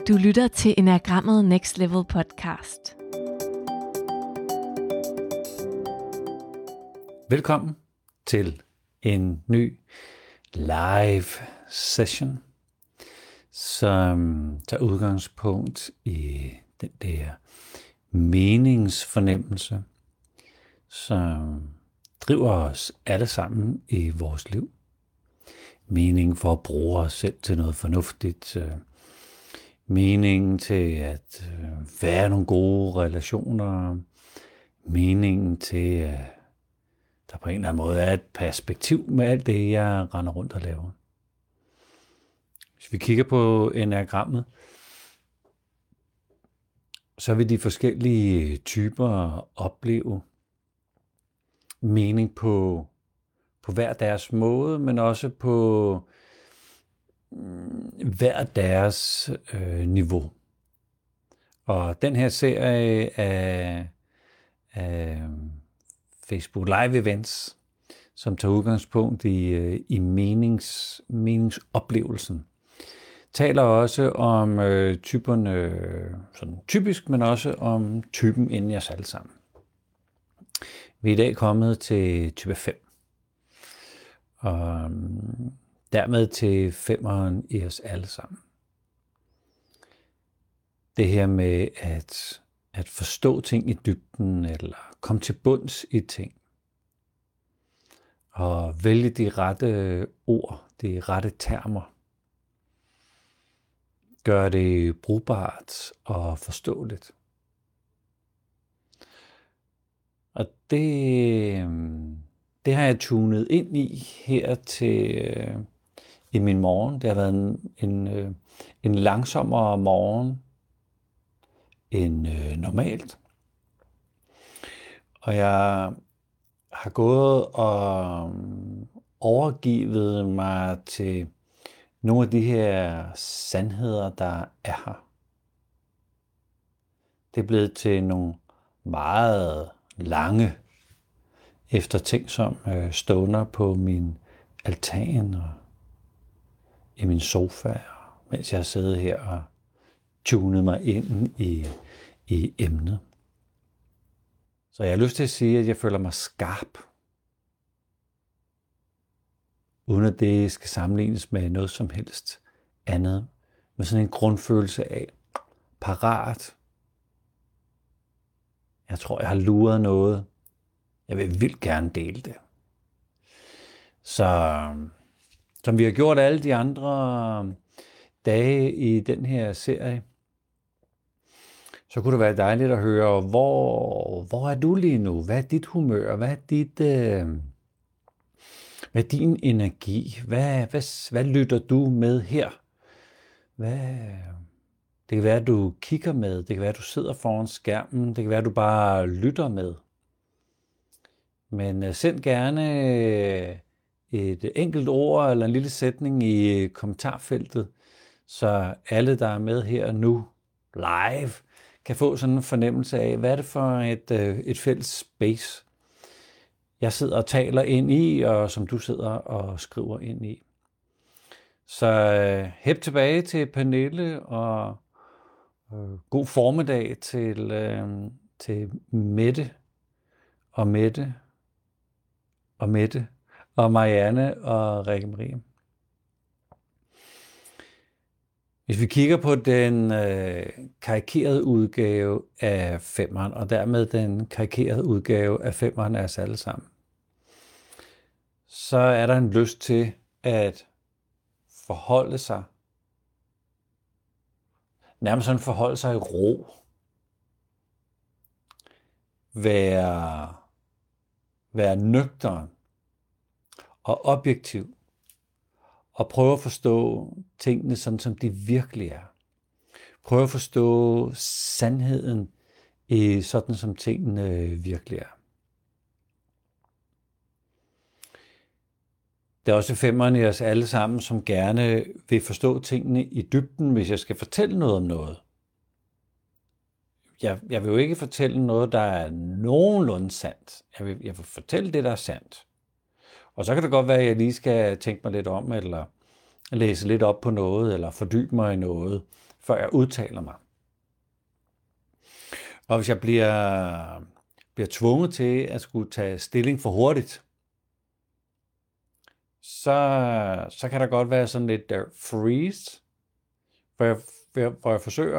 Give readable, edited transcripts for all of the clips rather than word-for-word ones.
Du lytter til Enagrammet Next Level podcast. Velkommen til en ny live session, som tager udgangspunkt i den der meningsfornemmelse, som driver os alle sammen i vores liv. Mening for at bruge os selv til noget fornuftigt. Meningen til at være nogle gode relationer. Meningen til, at der på en eller anden måde er et perspektiv med alt det, jeg render rundt og laver. Hvis vi kigger på enagrammet, så vil de forskellige typer opleve mening på hver deres måde, men også på hver deres niveau. Og den her serie af Facebook Live Events, som tager udgangspunkt i meningsoplevelsen, taler også om typerne sådan typisk, men også om typen inden i os alle sammen. Vi er i dag kommet til type 5. Og dermed til 5'eren i os alle sammen. Det her med at forstå ting i dybden, eller komme til bunds i ting. Og vælge de rette ord, de rette termer. Gør det brugbart og forståeligt. Og det har jeg tunet ind i her i min morgen. Det har været en langsommere morgen end normalt. Og jeg har gået og overgivet mig til nogle af de her sandheder, der er her. Det er blevet til nogle meget lange eftertænksom stunder på min altan og i min sofa, mens jeg sidder her og tunet mig ind i emnet. Så jeg har lyst til at sige, at jeg føler mig skarp, uden at det skal sammenlignes med noget som helst andet. Med sådan en grundfølelse af parat. Jeg tror, jeg har luret noget. Jeg vil vildt gerne dele det. Så som vi har gjort alle de andre dage i den her serie, så kunne det være dejligt at høre, hvor er du lige nu? Hvad er dit humør? Hvad er din energi? Hvad lytter du med her? Det kan være, at du kigger med. Det kan være, at du sidder foran skærmen. Det kan være, at du bare lytter med. Men send gerne et enkelt ord eller en lille sætning i kommentarfeltet, så alle, der er med her nu live, kan få sådan en fornemmelse af, hvad er det for et fælles space, jeg sidder og taler ind i, og som du sidder og skriver ind i. Så hæb tilbage til Pernille, og god formiddag til Mette og Marianne og Rikke Marie. Hvis vi kigger på den karikerede udgave af 5'eren, og dermed den karikerede udgave af 5'eren af os alle sammen, så er der en lyst til at forholde sig, nærmest sådan forholde sig i ro. Være nøgtern og objektiv. Og prøve at forstå tingene sådan, som de virkelig er. Prøve at forstå sandheden i sådan, som tingene virkelig er. Det er også 5'eren i os alle sammen, som gerne vil forstå tingene i dybden, hvis jeg skal fortælle noget om noget. Jeg vil jo ikke fortælle noget, der er nogenlunde sandt. Jeg vil fortælle det, der er sandt. Og så kan det godt være, at jeg lige skal tænke mig lidt om, eller læse lidt op på noget, eller fordybe mig i noget, før jeg udtaler mig. Og hvis jeg bliver tvunget til at skulle tage stilling for hurtigt, så kan der godt være sådan lidt freeze, hvor jeg forsøger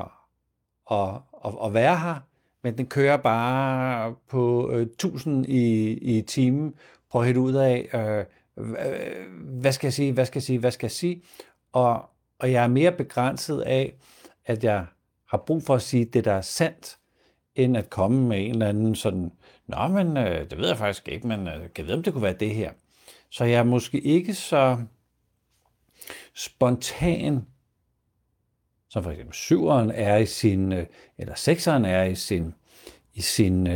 at være her, men den kører bare på 1000 i timen, prøver at hælde ud af, hvad skal jeg sige, og jeg er mere begrænset af, at jeg har brug for at sige det, der er sandt, end at komme med en eller anden sådan, nå, men det ved jeg faktisk ikke, men kan jeg vide, om det kunne være det her. Så jeg er måske ikke så spontan, som for eksempel 7'eren er i sin, eller 6'eren er i sin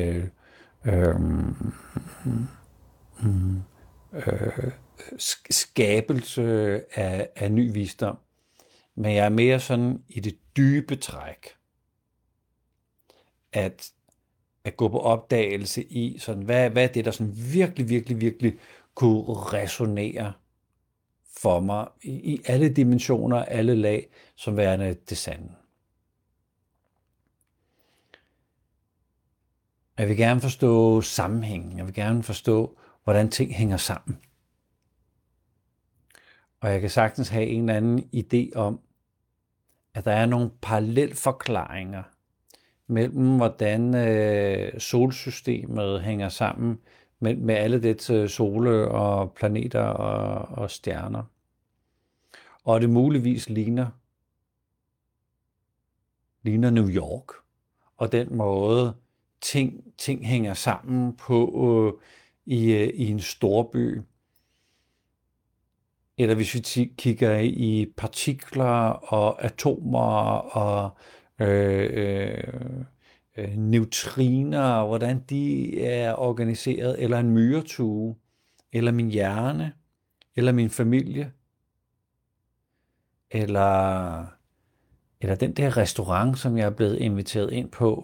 skabelse af ny visdom. Men jeg er mere sådan i det dybe træk, at gå på opdagelse i, sådan, hvad er det, der sådan virkelig kunne resonere for mig i alle dimensioner, alle lag, som værende det sande. Jeg vil gerne forstå sammenhængen. Jeg vil gerne forstå, hvordan ting hænger sammen. Og jeg kan sagtens have en eller anden idé om, at der er nogle parallelforklaringer mellem, hvordan solsystemet hænger sammen med alle dets sole og planeter og stjerner. Og det muligvis ligner New York, og den måde ting hænger sammen på i en storby. Eller hvis vi kigger i partikler og atomer og neutriner, hvordan de er organiseret, eller en myretue, eller min hjerne, eller min familie, eller den der restaurant, som jeg er blevet inviteret ind på,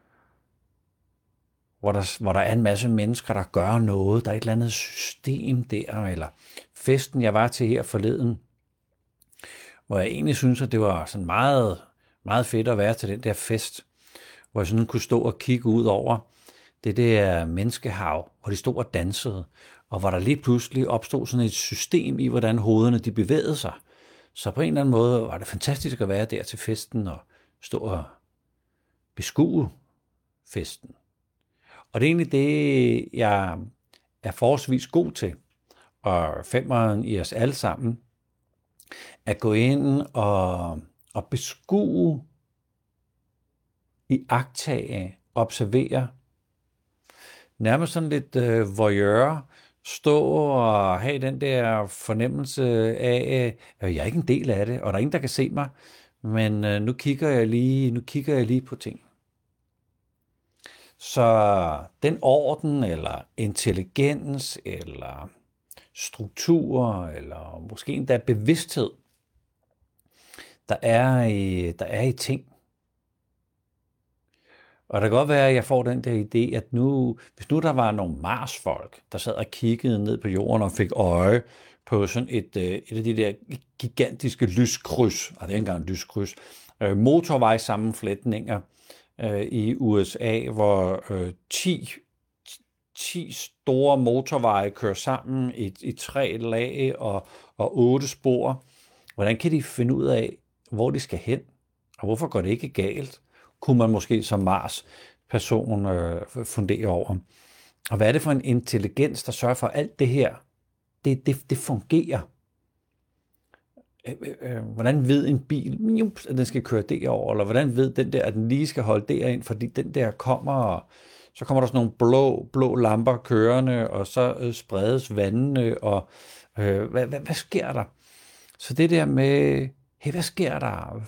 hvor der er en masse mennesker, der gør noget, der er et eller andet system der, eller festen, jeg var til her forleden, hvor jeg egentlig synes, at det var sådan meget, meget fedt at være til den der fest, hvor jeg sådan kunne stå og kigge ud over det der menneskehav, hvor de stod og dansede, og hvor der lige pludselig opstod sådan et system i, hvordan hovederne de bevægede sig. Så på en eller anden måde var det fantastisk at være der til festen og stå og beskue festen. Og det er egentlig det, jeg er forholdsvis god til, og 5'eren i os alle sammen, at gå ind og beskue, iagttage, observere, nærmest sådan lidt voyeur, stå og have den der fornemmelse af, at jeg er ikke en del af det, og der er ingen, der kan se mig, men nu kigger jeg lige på ting. Så den orden, eller intelligens, eller struktur, eller måske endda bevidsthed, der er i ting. Og det kan godt være, at jeg får den der idé, at hvis nu der var nogle Mars-folk, der sad og kiggede ned på jorden og fik øje på sådan et af de der gigantiske lyskryds, og det er ikke engang lyskryds, motorvejssammenflætninger i USA, hvor 10 store motorveje kører sammen i 3 lag og 8 spor. Hvordan kan de finde ud af, hvor de skal hen? Og hvorfor går det ikke galt? Kunne man måske som Mars-person fundere over. Og hvad er det for en intelligens, der sørger for, at alt det her, det fungerer? Hvordan ved en bil, at den skal køre derover, eller hvordan ved den der, at den lige skal holde derind, fordi den der kommer, og så kommer der sådan nogle blå lamper kørende, og så spredes vandene, og hvad sker der? Så det der med, hey, hvad sker der?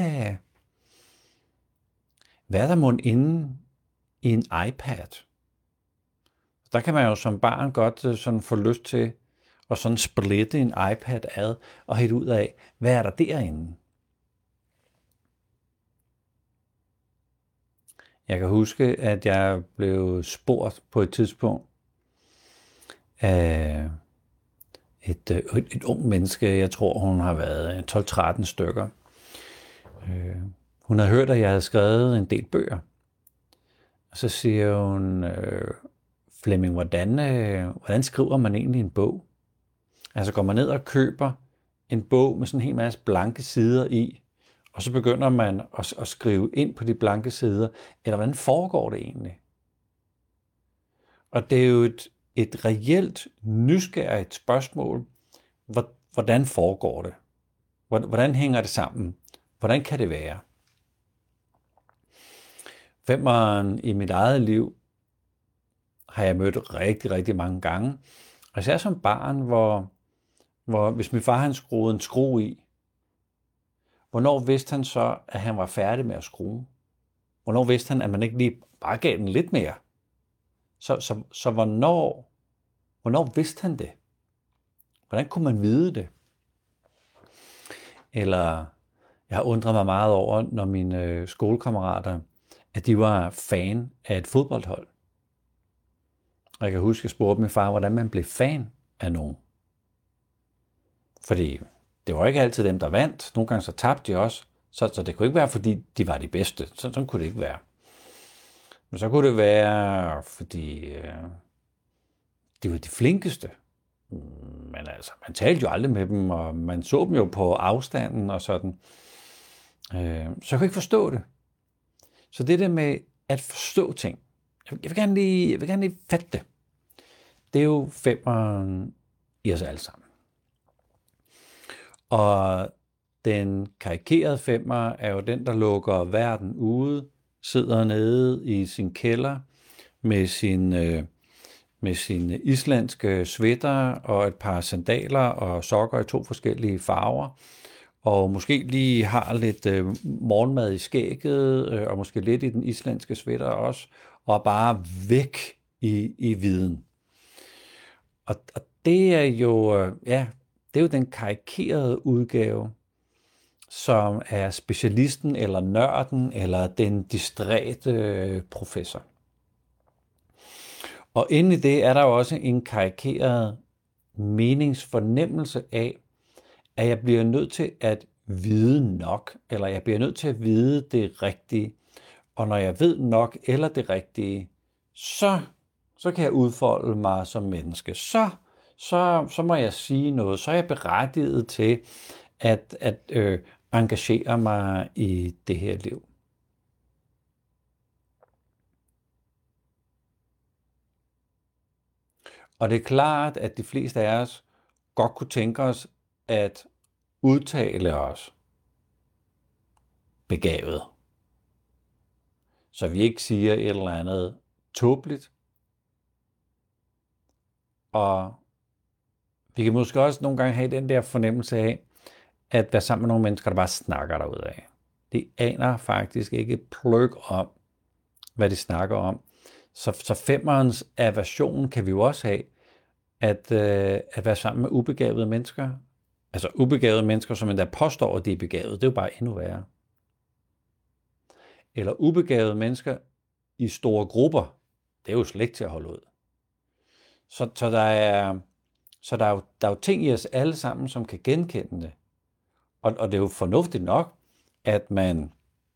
Hvad er der mon inde i en iPad? Der kan man jo som barn godt sådan få lyst til at sådan splitte en iPad ad og hætte ud af, hvad er der derinde? Jeg kan huske, at jeg blev spurgt på et tidspunkt af et ung menneske, jeg tror hun har været 12-13 stykker, Hun havde hørt, at jeg havde skrevet en del bøger. Og så siger hun, Flemming, hvordan skriver man egentlig en bog? Altså går man ned og køber en bog med sådan en hel masse blanke sider i, og så begynder man at skrive ind på de blanke sider, eller hvordan foregår det egentlig? Og det er jo et reelt nysgerrigt spørgsmål. Hvordan foregår det? Hvordan hænger det sammen? Hvordan kan det være? Femmeren i mit eget liv har jeg mødt rigtig, rigtig mange gange. Og især som barn, hvor hvis min far han skruede en skrue i, hvornår vidste han så, at han var færdig med at skrue? Hvornår vidste han, at man ikke lige bare gav den lidt mere? Så hvornår vidste han det? Hvordan kunne man vide det? Eller jeg har undret mig meget over, når mine skolekammerater, at de var fan af et fodboldhold. Og jeg kan huske, at jeg spurgte min far, hvordan man blev fan af nogen. Fordi det var ikke altid dem, der vandt. Nogle gange så tabte de også. Så det kunne ikke være, fordi de var de bedste. Sådan kunne det ikke være. Men så kunne det være, fordi de var de flinkeste. Men altså, man talte jo aldrig med dem, og man så dem jo på afstanden og sådan. Så jeg kunne ikke forstå det. Så det der med at forstå ting, jeg vil gerne lige fatte det. Det er jo femmeren i os alle sammen. Og den karikerede femmer er jo den, der lukker verden ude, sidder nede i sin kælder med sin islandske sweater og et par sandaler og sokker i 2 forskellige farver, og måske lige har lidt morgenmad i skægget, og måske lidt i den islandske sweater også, og bare væk i viden. Og det er jo, det er jo den karikerede udgave, som er specialisten eller nørden eller den distræte professor. Og inde i det er der også en karikeret meningsfornemmelse af, at jeg bliver nødt til at vide nok, eller jeg bliver nødt til at vide det rigtige. Og når jeg ved nok eller det rigtige, så kan jeg udfolde mig som menneske. Så må jeg sige noget. Så er jeg berettiget til at engagere mig i det her liv. Og det er klart, at de fleste af os godt kunne tænke os at udtale os begavet. Så vi ikke siger et eller andet tåbeligt. Og vi kan måske også nogle gange have den der fornemmelse af, at være sammen med nogle mennesker, der bare snakker derudad. De aner faktisk ikke pløk om, hvad de snakker om. Så femmerens aversion kan vi jo også have, at være sammen med ubegavede mennesker. Altså ubegavede mennesker, som endda påstår, at de er begavede. Det er jo bare endnu værre. Eller ubegavede mennesker i store grupper. Det er jo slet ikke til at holde ud. Så der er jo ting i os alle sammen, som kan genkende det. Og det er jo fornuftigt nok, at man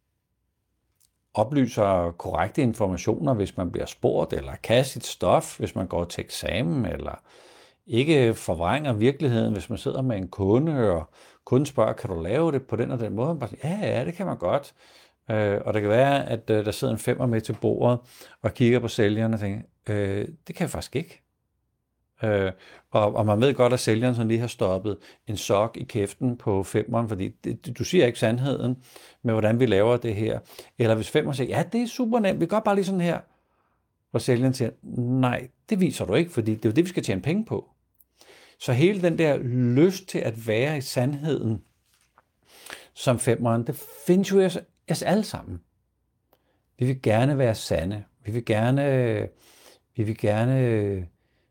oplyser korrekte informationer, hvis man bliver spurgt, eller kan sit stof, hvis man går til eksamen, eller ikke forvrænger virkeligheden, hvis man sidder med en kunde, og kunden spørger, kan du lave det på den og den måde? Bare siger, ja, det kan man godt. Og det kan være, at der sidder en femmer med til bordet, og kigger på sælgeren og tænker, det kan jeg faktisk ikke. Og man ved godt, at sælgeren sådan lige har stoppet en sok i kæften på femmeren, fordi du siger ikke sandheden med, hvordan vi laver det her. Eller hvis femmeren siger, ja, det er super nemt, vi gør bare lige sådan her. Og sælgeren siger, nej, det viser du ikke, fordi det er jo det, vi skal tjene penge på. Så hele den der lyst til at være i sandheden som femmeren, det findes jo os alle sammen. Vi vil gerne være sande. Vi vil gerne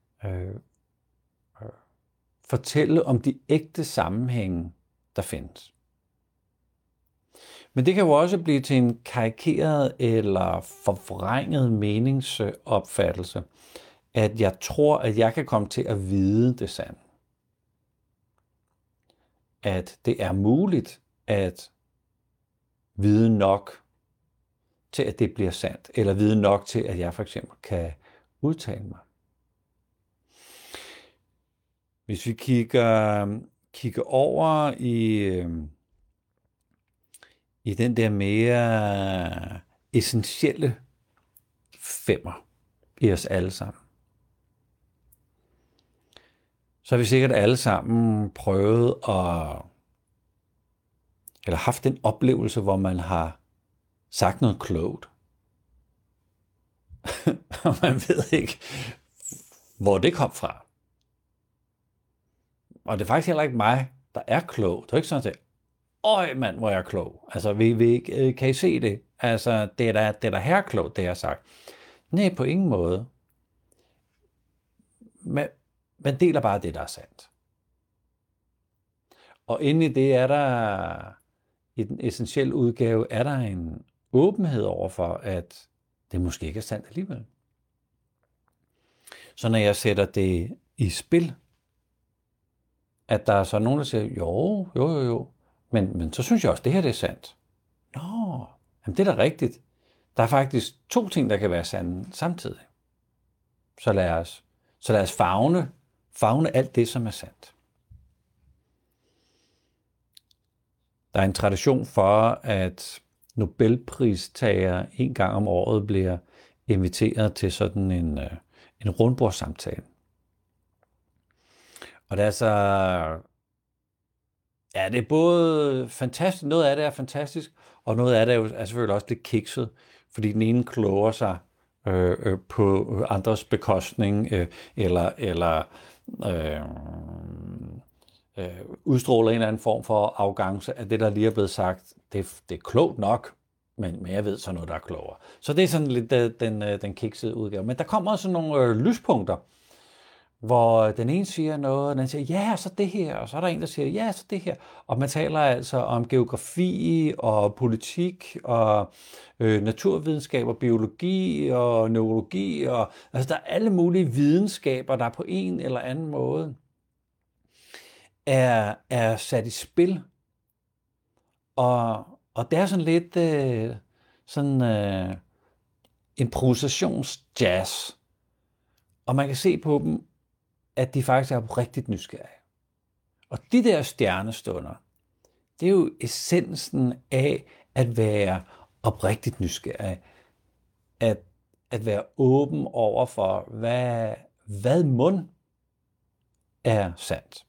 fortælle om de ægte sammenhænge, der findes. Men det kan jo også blive til en karikeret eller forvrænget meningsopfattelse, at jeg tror, at jeg kan komme til at vide det sande. At det er muligt at viden nok til, at det bliver sandt, eller viden nok til, at jeg for eksempel kan udtale mig. Hvis vi kigger over i den der mere essentielle femmer i os alle sammen, så har vi sikkert alle sammen prøvet eller haft en oplevelse, hvor man har sagt noget klogt. Og man ved ikke, hvor det kom fra. Og det er faktisk heller ikke mig, der er klog. Det er ikke sådan, at øj mand, hvor jeg er klog. Altså, kan I se det? Altså, det er da her klogt, det jeg har sagt. Nej, på ingen måde. Man deler bare det, der er sandt. Og inde i det er der, i den essentielle udgave, er der en åbenhed overfor, at det måske ikke er sandt alligevel. Så når jeg sætter det i spil, at der er så nogen, der siger, jo, men så synes jeg også, det her det er sandt. Nå, jamen det er da rigtigt. Der er faktisk 2 ting, der kan være sande samtidig. Så lad os favne alt det, som er sandt. Der er en tradition for, at Nobelpristagere 1 gang om året bliver inviteret til sådan en rundbordssamtale. Og det er så, ja, det er både fantastisk, noget af det er fantastisk, og noget af det er selvfølgelig også lidt kikset, fordi den ene kloger sig på andres bekostning, eller udstråler en eller anden form for arrogance af det, der lige er blevet sagt. Det er klogt nok, men jeg ved så noget, der er klogere. Så det er sådan lidt den kiksede udgave. Men der kommer også nogle lyspunkter, hvor den ene siger noget, og den siger, ja, så det her, og så er der en, der siger, ja, så det her. Og man taler altså om geografi og politik og naturvidenskab og biologi og neurologi. Altså der er alle mulige videnskaber, der på en eller anden måde er sat i spil. Og det er sådan lidt improvisationsjazz. Og man kan se på dem, at de faktisk er rigtig nysgerrige. Og de der stjernestunder, det er jo essensen af at være oprigtigt nysgerrig. At være åben over for, hvad mund er sandt.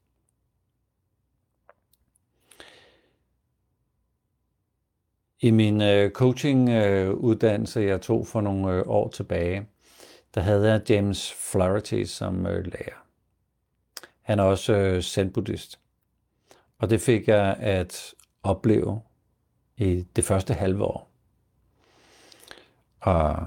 I min coaching-uddannelse, jeg tog for nogle år tilbage, der havde jeg James Flaherty som lærer. Han er også zen-buddhist. Og det fik jeg at opleve i det første halve år. Og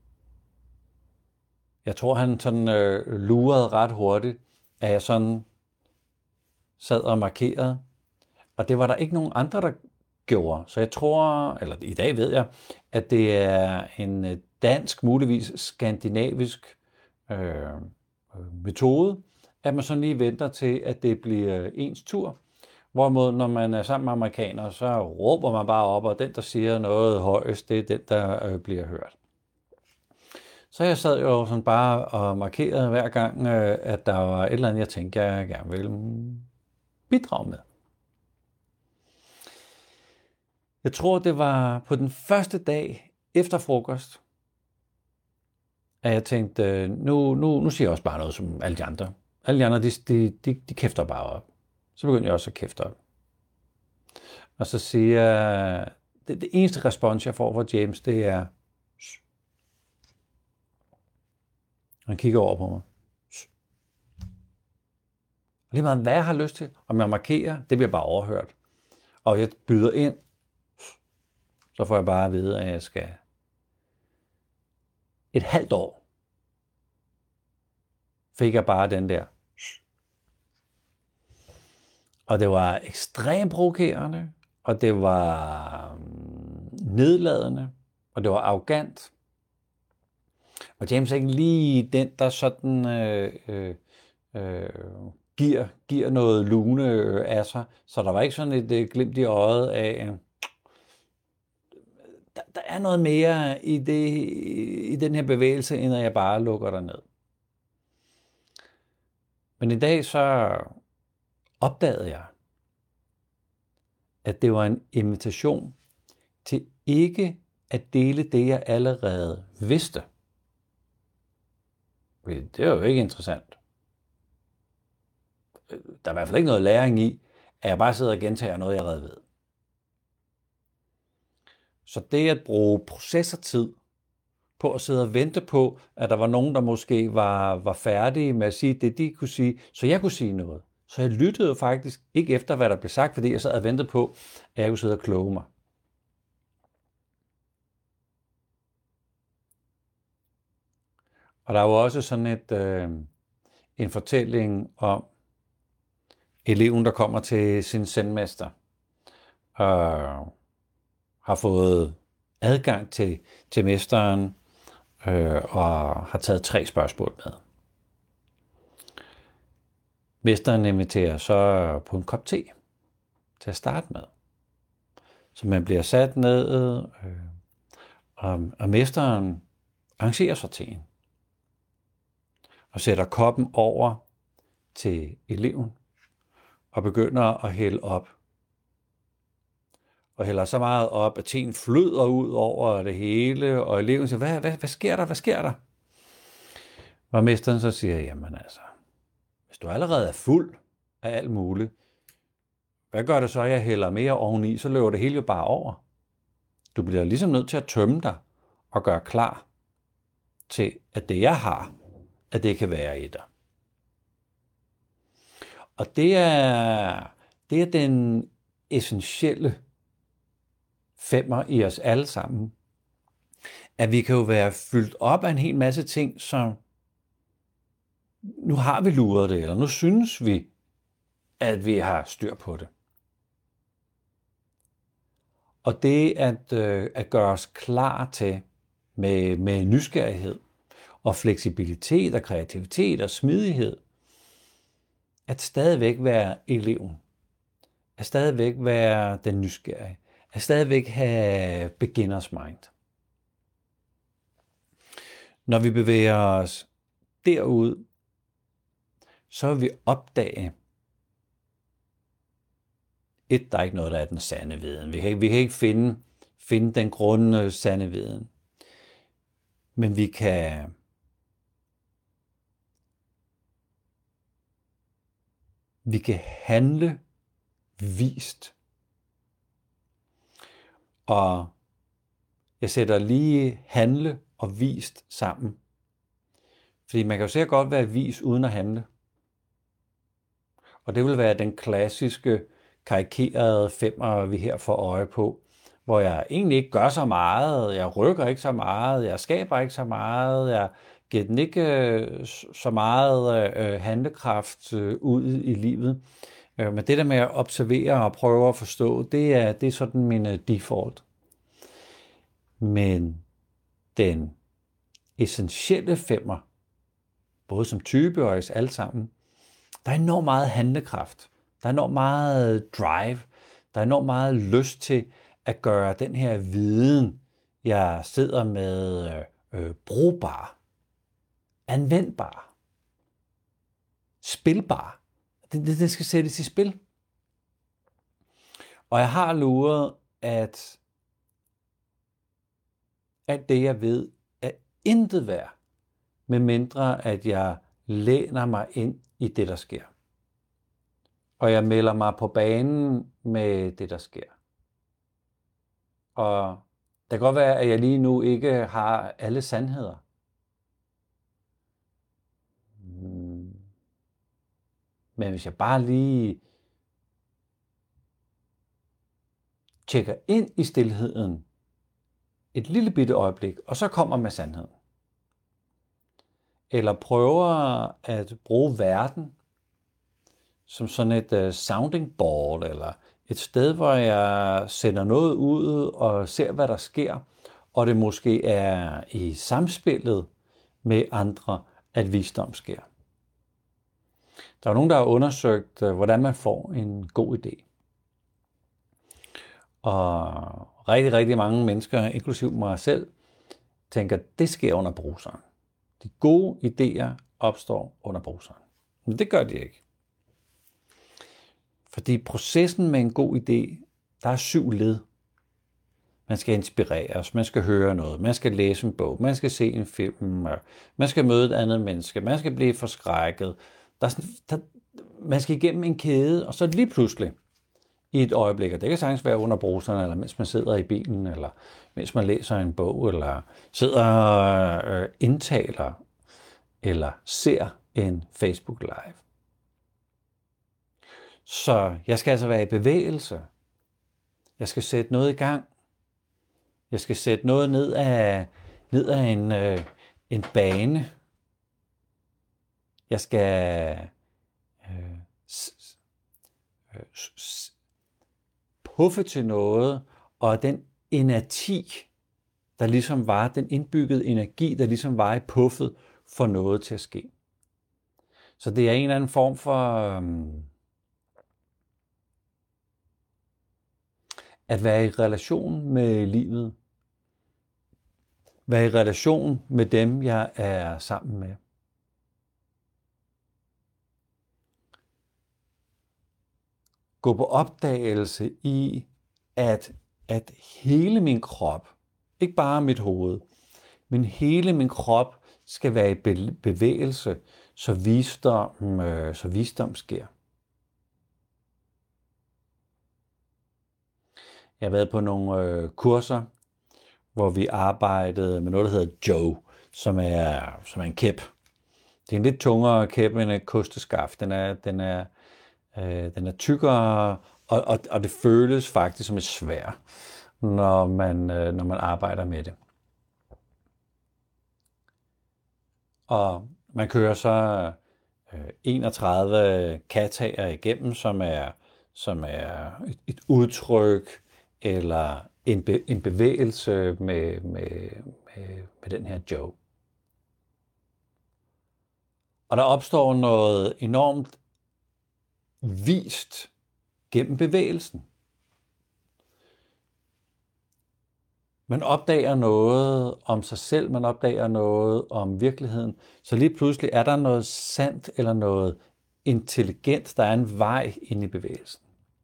jeg tror, han sådan lurede ret hurtigt, at jeg sådan sad og markerede. Og det var der ikke nogen andre, der gjorde. Så jeg tror, eller i dag ved jeg, at det er en dansk, muligvis skandinavisk metode, at man sådan lige venter til, at det bliver ens tur. Hvorimod, når man er sammen med amerikanere, så råber man bare op, og den, der siger noget højest, det er den, der bliver hørt. Så jeg sad jo sådan bare og markerede hver gang, at der var et eller andet, jeg tænkte, jeg gerne ville bidrage med. Jeg tror, det var på den første dag efter frokost, at jeg tænkte, nu siger jeg også bare noget som alle de andre. Alle de andre, de kæfter bare op. Så begyndte jeg også at kæfte op. Og så siger jeg, det eneste respons, jeg får fra James, det er, han kigger over på mig. Og lige meget, hvad jeg har lyst til, om jeg markerer, det bliver bare overhørt. Og jeg byder ind, så får jeg bare at vide, at jeg skal et halvt år, fik jeg bare den der. Og det var ekstremt provokerende, og det var nedladende, og det var arrogant. Og James er ikke lige den, der sådan giver noget lune af sig. Så der var ikke sådan et glimt i øjet af, der er noget mere i den her bevægelse, end at jeg bare lukker dig ned. Men i dag så opdagede jeg, at det var en invitation til ikke at dele det, jeg allerede vidste. Det er jo ikke interessant. Der er i hvert fald ikke noget læring i, at jeg bare sidder og gentager noget, jeg allerede ved. Så det at bruge processortid på at sidde og vente på, at der var nogen, der måske var færdige med at sige det, de kunne sige, så jeg kunne sige noget. Så jeg lyttede faktisk ikke efter, hvad der blev sagt, fordi jeg sad og ventede på, at jeg kunne sidde og kloge mig. Og der er jo også sådan en fortælling om eleven, der kommer til sin zenmester og har fået adgang til mesteren og har taget 3 spørgsmål med. Mesteren inviterer så på en kop te til at starte med. Så man bliver sat ned, og mesteren arrangerer så teen og sætter koppen over til eleven og begynder at hælde op. Og hælder så meget op, at teen flyder ud over det hele, og eleven siger, hvad sker der, hvad sker der? Og mesteren så siger, jamen altså, hvis du allerede er fuld af alt muligt, hvad gør det så, at jeg hælder mere oveni, så løber det hele jo bare over. Du bliver ligesom nødt til at tømme dig og gøre klar til, at det jeg har, at det kan være i dig. Og det er den essentielle 5'er i os alle sammen. At vi kan jo være fyldt op af en hel masse ting, som nu har vi luret det, eller nu synes vi, at vi har styr på det. Og det at gøre os klar til med nysgerrighed og fleksibilitet og kreativitet og smidighed, at stadigvæk være eleven, at stadigvæk være den nysgerrige, at stadigvæk have beginners mind. Når vi bevæger os derud, så vil vi opdage, der er ikke noget, der er den sande viden. Vi kan ikke finde den grunde sande viden. Men vi kan handle vist. Og jeg sætter lige handle og vist sammen. Fordi man kan jo sikkert godt være vis uden at handle. Og det vil være den klassiske karikerede 5'er, vi her får øje på, hvor jeg egentlig ikke gør så meget, jeg rykker ikke så meget, jeg skaber ikke så meget, jeg giver den ikke så meget handlekraft ud i livet. Men det der med at observere og prøve at forstå, det er sådan min default. Men den essentielle 5'er, både som type og os alle sammen, der er enormt meget handlekraft. Der er enormt meget drive. Der er enormt meget lyst til at gøre den her viden, jeg sidder med, brugbar, anvendbar, spilbar. Det skal sættes i spil. Og jeg har luret, at alt det, jeg ved, er intet værd, medmindre at jeg læner mig ind i det, der sker. Og jeg melder mig på banen med det, der sker. Og det kan godt være, at jeg lige nu ikke har alle sandheder. Men hvis jeg bare lige tjekker ind i stilheden et lille bitte øjeblik, og så kommer med sandheden. Eller prøver at bruge verden som sådan et sounding board, eller et sted, hvor jeg sender noget ud og ser, hvad der sker, og det måske er i samspillet med andre, at visdom sker. Der er nogen, der har undersøgt, hvordan man får en god idé. Og rigtig, rigtig mange mennesker, inklusiv mig selv, tænker, det sker under bruseren. De gode idéer opstår under bruseren. Men det gør de ikke. Fordi processen med en god idé, der er 7 led. Man skal inspireres, man skal høre noget, man skal læse en bog, man skal se en film, man skal møde et andet menneske, man skal blive forskrækket. Man skal igennem en kæde, og så lige pludselig i et øjeblik, og det kan sagtens være under bruseren, eller mens man sidder i bilen, eller mens man læser en bog, eller sidder og indtaler, eller ser en Facebook Live. Så jeg skal altså være i bevægelse. Jeg skal sætte noget i gang. Jeg skal sætte noget ned af en bane. Jeg skal puffe til noget, og den energi, der ligesom var, den indbyggede energi, der ligesom var i puffet, for noget til at ske. Så det er en eller anden form for at være i relation med livet. Være i relation med dem, jeg er sammen med. Gå på opdagelse i, at hele min krop, ikke bare mit hoved, men hele min krop skal være i bevægelse, så visdom sker. Jeg har været på nogle kurser, hvor vi arbejdede med noget, der hedder Joe, som er en kæp. Det er en lidt tungere kæp end et kosteskaft. Den er tykkere, og det føles faktisk som et sværd, når man arbejder med det. Og man kører så 31 kataer igennem, som er et udtryk eller en bevægelse med den her Joe. Og der opstår noget enormt vist gennem bevægelsen. Man opdager noget om sig selv, man opdager noget om virkeligheden, så lige pludselig er der noget sandt eller noget intelligent, der er en vej ind i bevægelsen.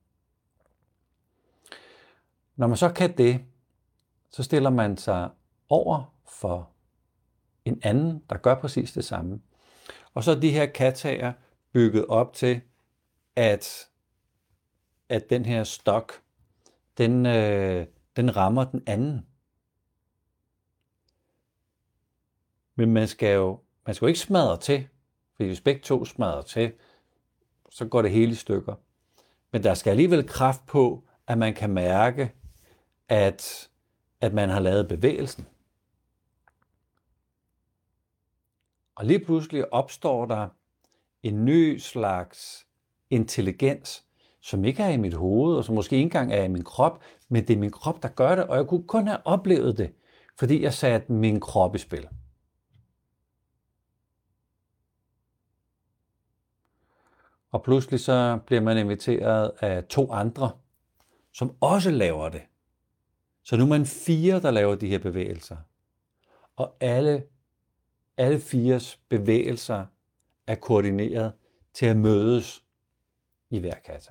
Når man så kan det, så stiller man sig over for en anden, der gør præcis det samme. Og så er de her kataer bygget op til, at den her stok, den rammer den anden. Men man skal jo ikke smadre til, fordi hvis begge to smadrer til, så går det hele i stykker. Men der skal alligevel kraft på, at man kan mærke, at man har lavet bevægelsen. Og lige pludselig opstår der en ny slags intelligens, som ikke er i mit hoved, og som måske ikke engang er i min krop, men det er min krop, der gør det, og jeg kunne kun have oplevet det, fordi jeg satte min krop i spil. Og pludselig så bliver man inviteret af 2 andre, som også laver det. Så nu er man 4, der laver de her bevægelser. Og alle 4's bevægelser er koordineret til at mødes i hver kata.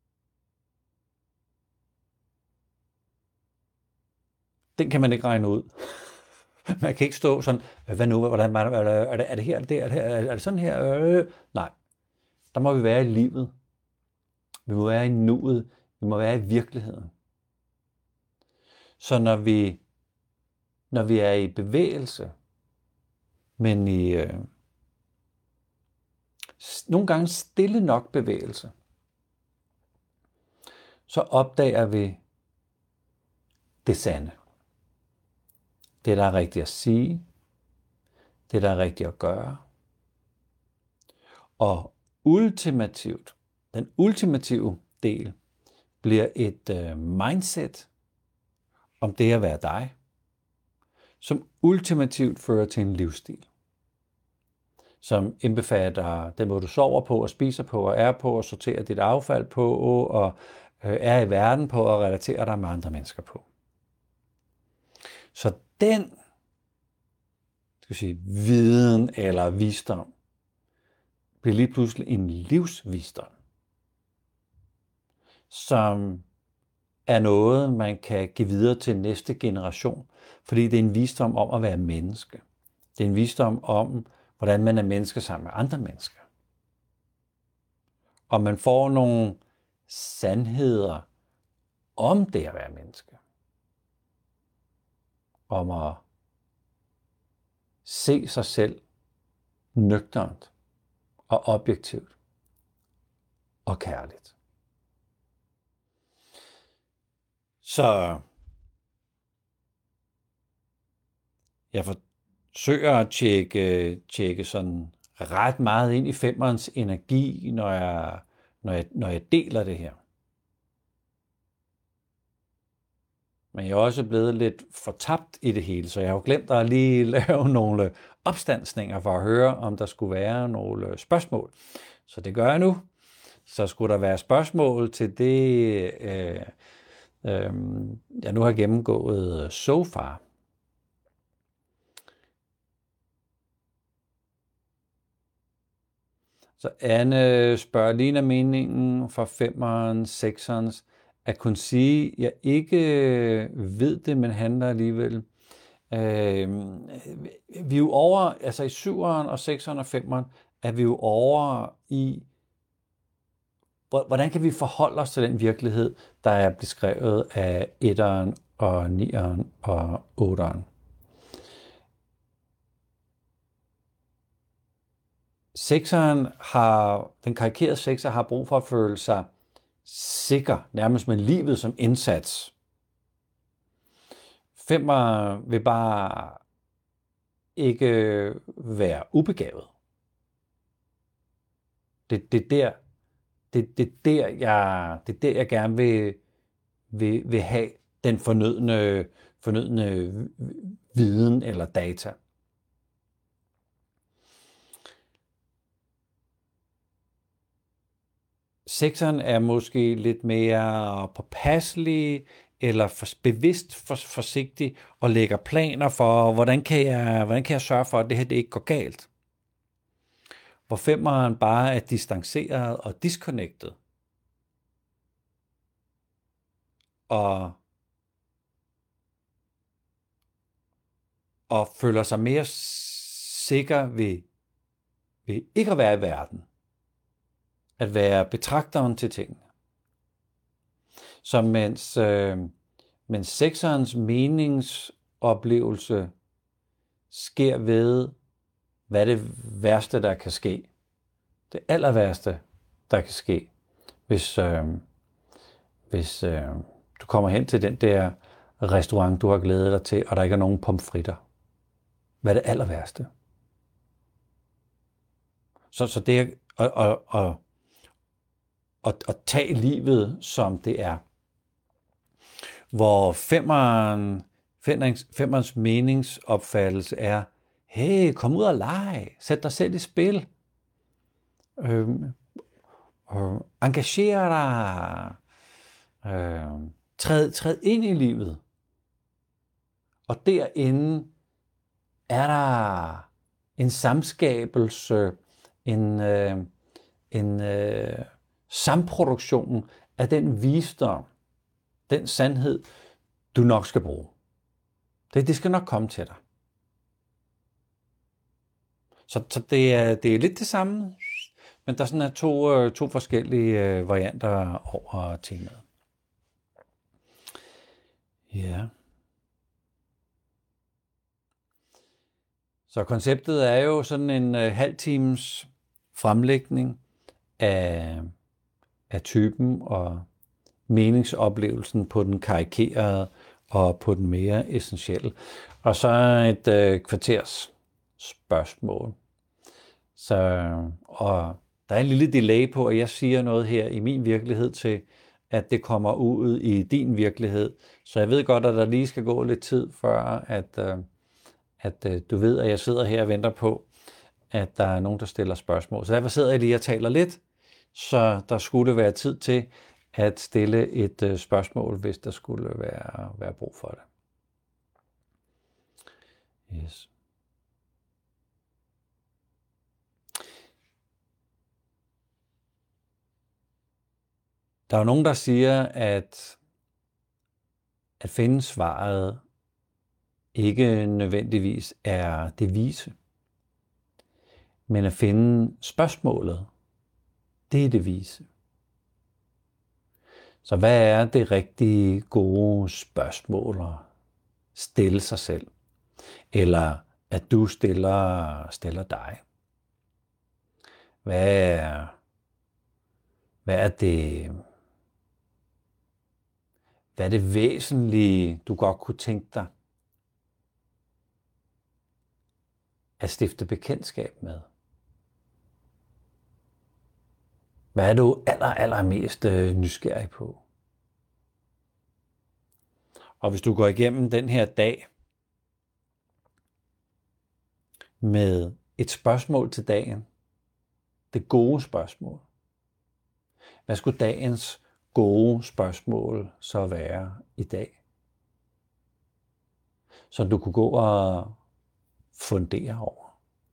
Den kan man ikke regne ud. Man kan ikke stå sådan, hvad nu, hvordan, er det her, er det sådan her? Nej, der må vi være i livet. Vi må være i nuet. Vi må være i virkeligheden. Så når vi er i bevægelse, men i nogle gange stille nok bevægelse, så opdager vi det sande. Det, der er rigtigt at sige. Det, der er rigtigt at gøre. Og den ultimative del bliver et mindset om det at være dig, som ultimativt fører til en livsstil, som indbefatter den måde, du sover på, og spiser på, og er på, og sorterer dit affald på, og er i verden på og relaterer dig med andre mennesker på. Så den viden eller visdom bliver lige pludselig en livsvisdom, som er noget, man kan give videre til næste generation, fordi det er en visdom om at være menneske. Det er en visdom om, hvordan man er menneske sammen med andre mennesker. Og man får nogle sandheder om det at være menneske. Om at se sig selv nøgternt og objektivt og kærligt. Så jeg forsøger at tjekke sådan ret meget ind i femmerens energi, når jeg deler det her. Men jeg er også blevet lidt fortabt i det hele, så jeg har jo glemt at lige lave nogle opstandsninger for at høre, om der skulle være nogle spørgsmål. Så det gør jeg nu. Så skulle der være spørgsmål til det, jeg nu har gennemgået so far. Så Anne spørger lige af meningen for femeren, sekserens, at kunne sige, at jeg ikke ved det, men handler alligevel. Vi er jo over, altså i syveren og sekseren og femeren, er vi jo over i, hvordan kan vi forholde os til den virkelighed, der er beskrevet af etteren og nieren og otteren. Den karikerede sekser har brug for at føle sig sikker, nærmest med livet som indsats. Femmer vil bare ikke være ubegavet. Det er der, jeg gerne vil have den fornødne viden eller data. Sekseren er måske lidt mere påpasselig eller bevidst forsigtig og lægger planer for, hvordan kan jeg sørge for, at det her det ikke går galt. Hvor femeren bare er distanceret og disconnected. Og føler sig mere sikker ved ikke at være i verden. At være betragteren til tingene. Så mens sekserens meningsoplevelse sker ved, hvad det værste, der kan ske. Det aller værste, der kan ske, hvis du kommer hen til den der restaurant, du har glædet dig til, og der ikke er nogen pomfritter. Hvad er det aller værste? Så det er at tage livet, som det er. Hvor femmerens meningsopfattelse er, hey, kom ud og lege, sæt dig selv i spil, engager dig, træd ind i livet. Og derinde er der en samskabelse, en samproduktion af den visdom, den sandhed, du nok skal bruge. Det skal nok komme til dig. Så det er lidt det samme, men der sådan er to forskellige varianter over temaet. Ja. Så konceptet er jo sådan en halv times fremlægning af typen og meningsoplevelsen på den karikerede og på den mere essentielle. Og så et kvarters spørgsmål. Og der er en lille delay på, at jeg siger noget her i min virkelighed til, at det kommer ud i din virkelighed. Så jeg ved godt, at der lige skal gå lidt tid, før at du ved, at jeg sidder her og venter på, at der er nogen, der stiller spørgsmål. Så derfor sidder jeg lige og taler lidt, så der skulle være tid til, at stille et spørgsmål, hvis der skulle være brug for det. Yes. Der er jo nogen, der siger, at finde svaret ikke nødvendigvis er det vise, men at finde spørgsmålet, det er det vise. Så hvad er det rigtig gode spørgsmål at stille sig selv? Eller at du stiller dig? Hvad er det væsentlige, du godt kunne tænke dig at stifte bekendtskab med? Hvad er du allermest nysgerrig på? Og hvis du går igennem den her dag med et spørgsmål til dagen, det gode spørgsmål, hvad skulle dagens gode spørgsmål så være i dag? Så du kunne gå og fundere over.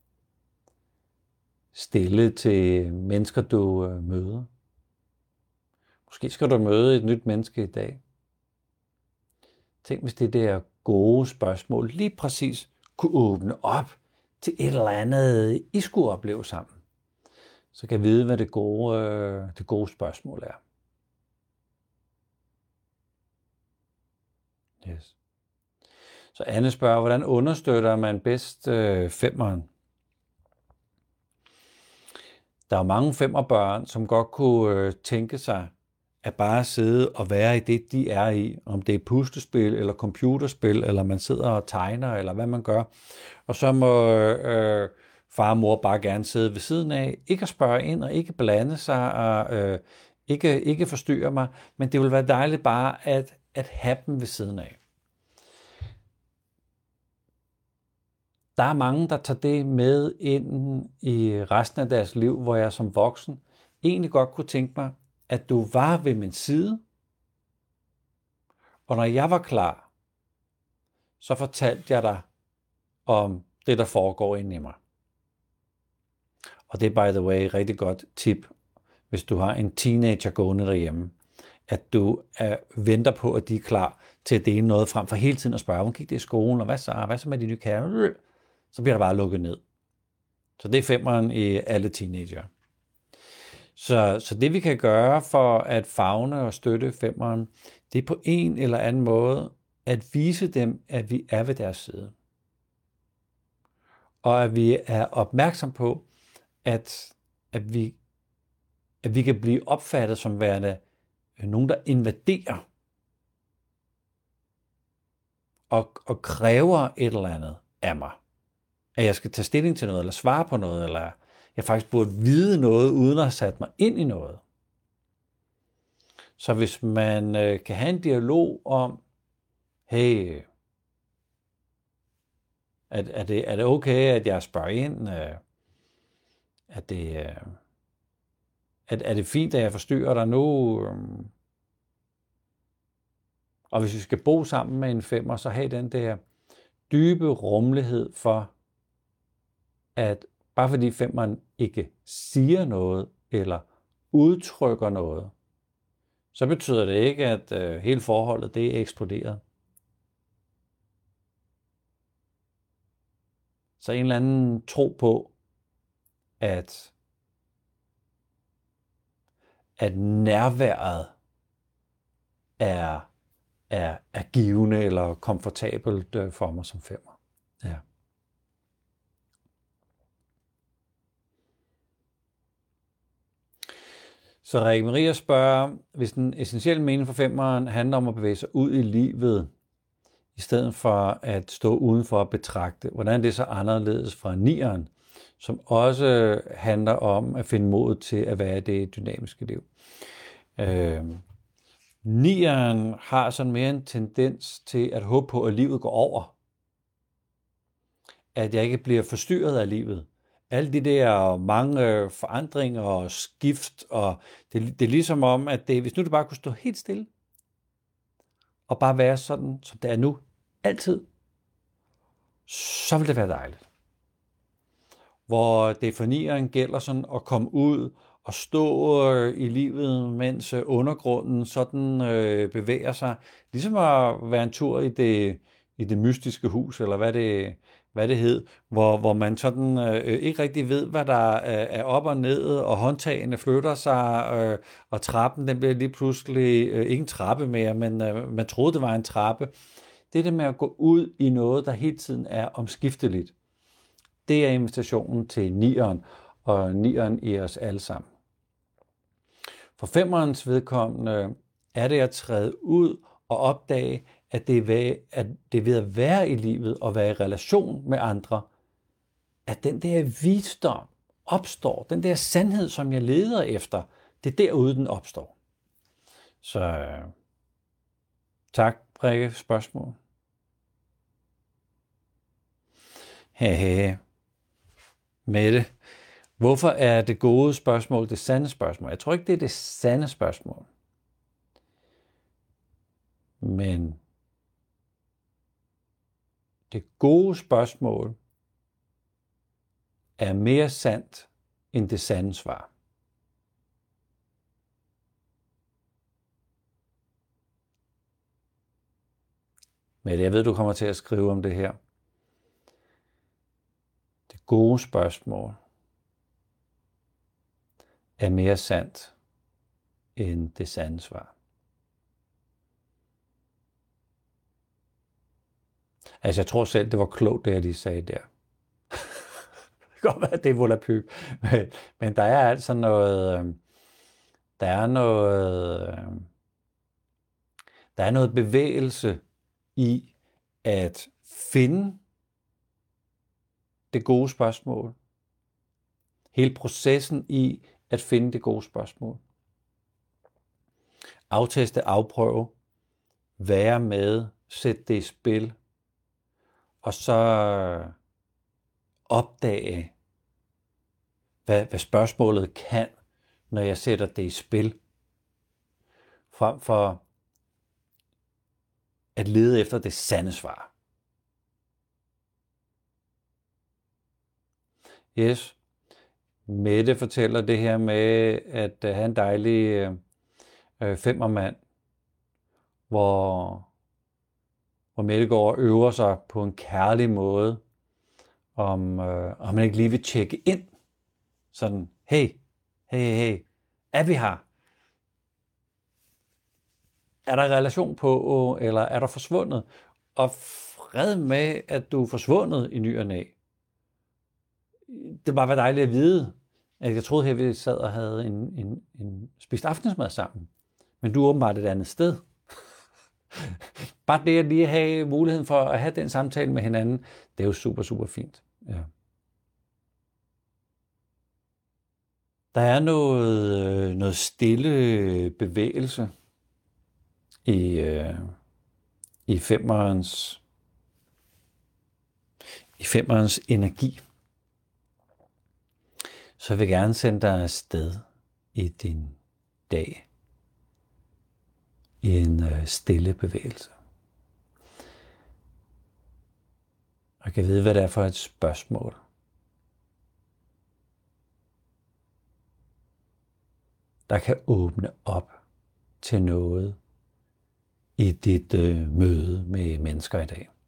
Stille til mennesker, du møder. Måske skal du møde et nyt menneske i dag. Tænk, hvis det der gode spørgsmål lige præcis kunne åbne op til et eller andet, I skulle opleve sammen. Så kan jeg vide, hvad det gode spørgsmål er. Yes. Så Anne spørger, hvordan understøtter man bedst femmeren? Der er jo mange femmerbørn, som godt kunne tænke sig at bare sidde og være i det, de er i. Om det er puslespil eller computerspil, eller man sidder og tegner, eller hvad man gør. Og så må far og mor bare gerne sidde ved siden af. Ikke at spørge ind og ikke blande sig og ikke forstyrre mig. Men det vil være dejligt bare at have dem ved siden af. Der er mange, der tager det med ind i resten af deres liv, hvor jeg som voksen egentlig godt kunne tænke mig, at du var ved min side. Og når jeg var klar, så fortalte jeg dig om det, der foregår inde i mig. Og det er, by the way, et rigtig godt tip, hvis du har en teenager gående derhjemme, at du venter på, at de er klar til at dele noget frem for hele tiden at spørge, hvordan gik det i skolen, og hvad så med de nye kære? Så bliver der bare lukket ned. Så det er femmeren i alle teenager. Så det vi kan gøre for at favne og støtte femmeren, det er på en eller anden måde at vise dem, at vi er ved deres side. Og at vi er opmærksom på, at vi kan blive opfattet som værende nogen, der invaderer og kræver et eller andet af mig. At jeg skal tage stilling til noget, eller svare på noget, eller jeg faktisk burde vide noget, uden at have sat mig ind i noget. Så hvis man kan have en dialog om, hey, er det okay, at jeg spørger ind? Er det fint, at jeg forstyrrer dig nu? Og hvis vi skal bo sammen med en femmer, så have den der dybe rummelighed for, at bare fordi femmeren ikke siger noget eller udtrykker noget, så betyder det ikke, at hele forholdet det er eksploderet. Så en eller anden tro på, at nærværet er givende eller komfortabelt for mig som femmer. Ja. Så Rikke Maria spørger, hvis den essentielle mening for femmeren handler om at bevæge sig ud i livet, i stedet for at stå udenfor og betragte, hvordan er det så anderledes fra nieren, som også handler om at finde mod til at være det dynamiske liv. Nieren har sådan mere en tendens til at håbe på, at livet går over. At jeg ikke bliver forstyrret af livet. alle de der mange forandringer og skift, og det er ligesom om, at hvis nu det bare kunne stå helt stille, og bare være sådan, som det er nu, altid, så ville det være dejligt. Hvor det for nieren gælder sådan at komme ud og stå i livet, mens undergrunden sådan bevæger sig. Ligesom at være en tur i det mystiske hus, eller hvad det hed, hvor man sådan ikke rigtig ved, hvad der er op og ned, og håndtagene flytter sig, og trappen den bliver lige pludselig ikke en trappe mere, men man troede, det var en trappe. Det med at gå ud i noget, der hele tiden er omskifteligt, det er invitationen til nieren, og nieren i os alle sammen. For femmerens vedkommende er det at træde ud og opdage, at det er ved at være i livet og være i relation med andre, at den der visdom opstår, den der sandhed, som jeg leder efter, det er derude, den opstår. Så tak, Rikke, spørgsmål. Mette, hvorfor er det gode spørgsmål det sande spørgsmål? Jeg tror ikke, det er det sande spørgsmål. Men det gode spørgsmål er mere sandt end det sande svar. Men jeg ved, du kommer til at skrive om det her. Det gode spørgsmål er mere sandt end det sande svar. Altså, jeg tror selv, det var klogt, det jeg lige sagde der. Det kan godt være, det er volapyk. Men der er altså noget... Der er noget bevægelse i at finde det gode spørgsmål. Hele processen i at finde det gode spørgsmål. Afteste, afprøve, være med, sætte det i spil, og så opdage, hvad spørgsmålet kan, når jeg sætter det i spil, frem for at lede efter det sande svar. Yes. Mette fortæller det her med at have en dejlig femmermand, hvor Mette går og øver sig på en kærlig måde, om man ikke lige vil tjekke ind. Sådan, hey, er vi her? Er der relation på, eller er der forsvundet? Og fred med, at du er forsvundet i ny og næ. Det bare var dejligt at vide, at jeg troede her, vi sad og havde en spist aftensmad sammen. Men du er åbenbart et andet sted. Bare det at lige have muligheden for at have den samtale med hinanden, det er jo super, super fint. Ja. Der er noget stille bevægelse i femmerens energi. Så jeg vil gerne sende dig afsted i din dag i en stille bevægelse. Og kan vide, hvad det er for et spørgsmål. Der kan åbne op til noget i dit møde med mennesker i dag.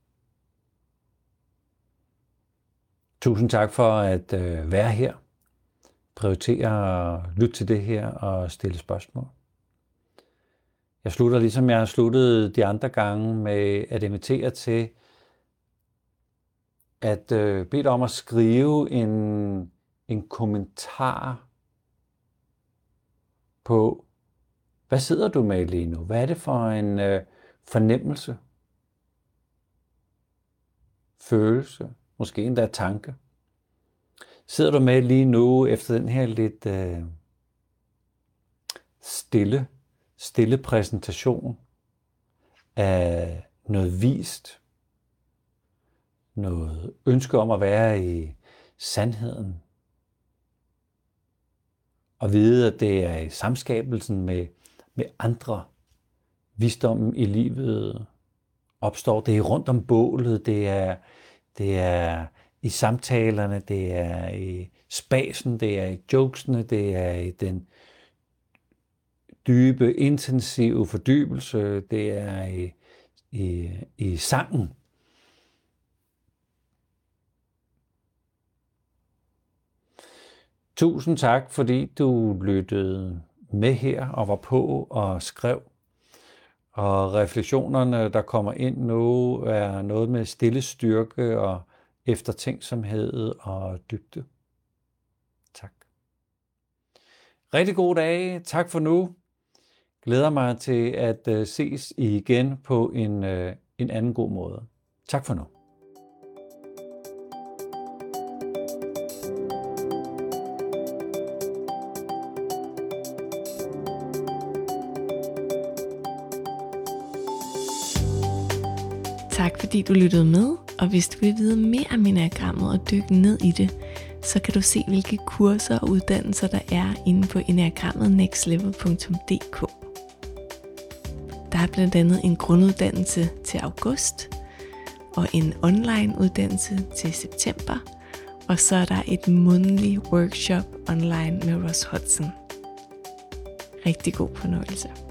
Tusind tak for at være her. Prioritere at lytte til det her og stille spørgsmål. Jeg slutter ligesom jeg har sluttet de andre gange med at invitere til at bede dig om at skrive en kommentar på, hvad sidder du med lige nu? Hvad er det for en fornemmelse? Følelse? Måske endda tanke? Sidder du med lige nu efter den her lidt stille præsentation af noget vist, noget ønske om at være i sandheden, og vide, at det er i samskabelsen med andre. Visdommen i livet opstår. Det er rundt om bålet, det er i samtalerne, det er i spasen, det er i jokesene, det er i den dybe, intensive fordybelse, det er i sangen. Tusind tak, fordi du lyttede med her og var på og skrev. Og refleksionerne, der kommer ind nu, er noget med stille styrke og eftertænksomhed og dybde. Tak. Rigtig god dag. Tak for nu. Glæder mig til at ses igen på en anden god måde. Tak for nu. Tak fordi du lyttede med, og hvis du vil vide mere om enneagrammet og dykke ned i det, så kan du se hvilke kurser og uddannelser der er inde på enneagrammetnextlevel.dk. Der er blandt andet en grunduddannelse til august, og en online uddannelse til september, og så er der et månedligt workshop online med Ross Hudson. Rigtig god fornøjelse.